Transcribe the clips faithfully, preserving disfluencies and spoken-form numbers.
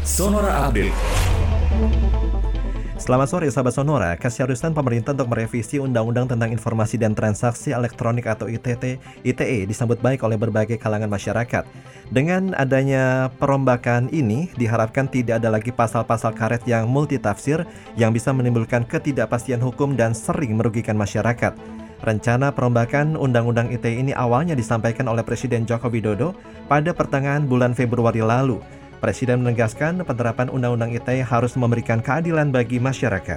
Sonora Update. Selamat sore sahabat Sonora. Keseriusan pemerintah untuk merevisi Undang-Undang tentang Informasi dan Transaksi Elektronik atau I T T, I T E disambut baik oleh berbagai kalangan masyarakat. Dengan adanya perombakan ini, diharapkan tidak ada lagi pasal-pasal karet yang multitafsir yang bisa menimbulkan ketidakpastian hukum dan sering merugikan masyarakat. Rencana perombakan Undang-Undang I T E ini awalnya disampaikan oleh Presiden Joko Widodo pada pertengahan bulan Februari lalu. Presiden menegaskan penerapan Undang-Undang I T E harus memberikan keadilan bagi masyarakat.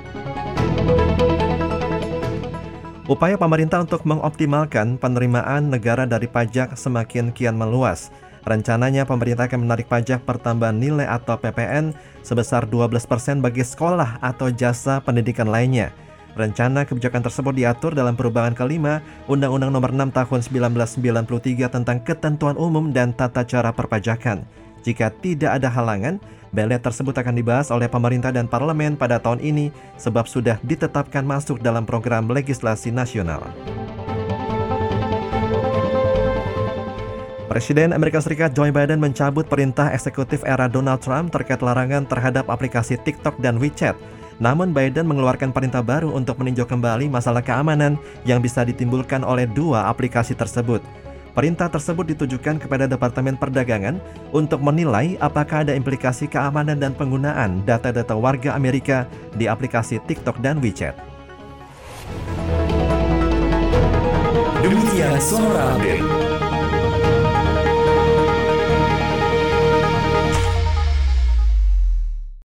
Upaya pemerintah untuk mengoptimalkan penerimaan negara dari pajak semakin kian meluas. Rencananya pemerintah akan menarik pajak pertambahan nilai atau P P N sebesar dua belas persen bagi sekolah atau jasa pendidikan lainnya. Rencana kebijakan tersebut diatur dalam perubahan kelima Undang-Undang Nomor enam Tahun seribu sembilan ratus sembilan puluh tiga tentang Ketentuan Umum dan Tata Cara Perpajakan. Jika tidak ada halangan, belet tersebut akan dibahas oleh pemerintah dan parlemen pada tahun ini sebab sudah ditetapkan masuk dalam program legislasi nasional. Presiden Amerika Serikat Joe Biden mencabut perintah eksekutif era Donald Trump terkait larangan terhadap aplikasi TikTok dan WeChat. Namun Biden mengeluarkan perintah baru untuk meninjau kembali masalah keamanan yang bisa ditimbulkan oleh dua aplikasi tersebut. Perintah tersebut ditujukan kepada Departemen Perdagangan untuk menilai apakah ada implikasi keamanan dan penggunaan data-data warga Amerika di aplikasi TikTok dan WeChat. Demikian Sonora Update.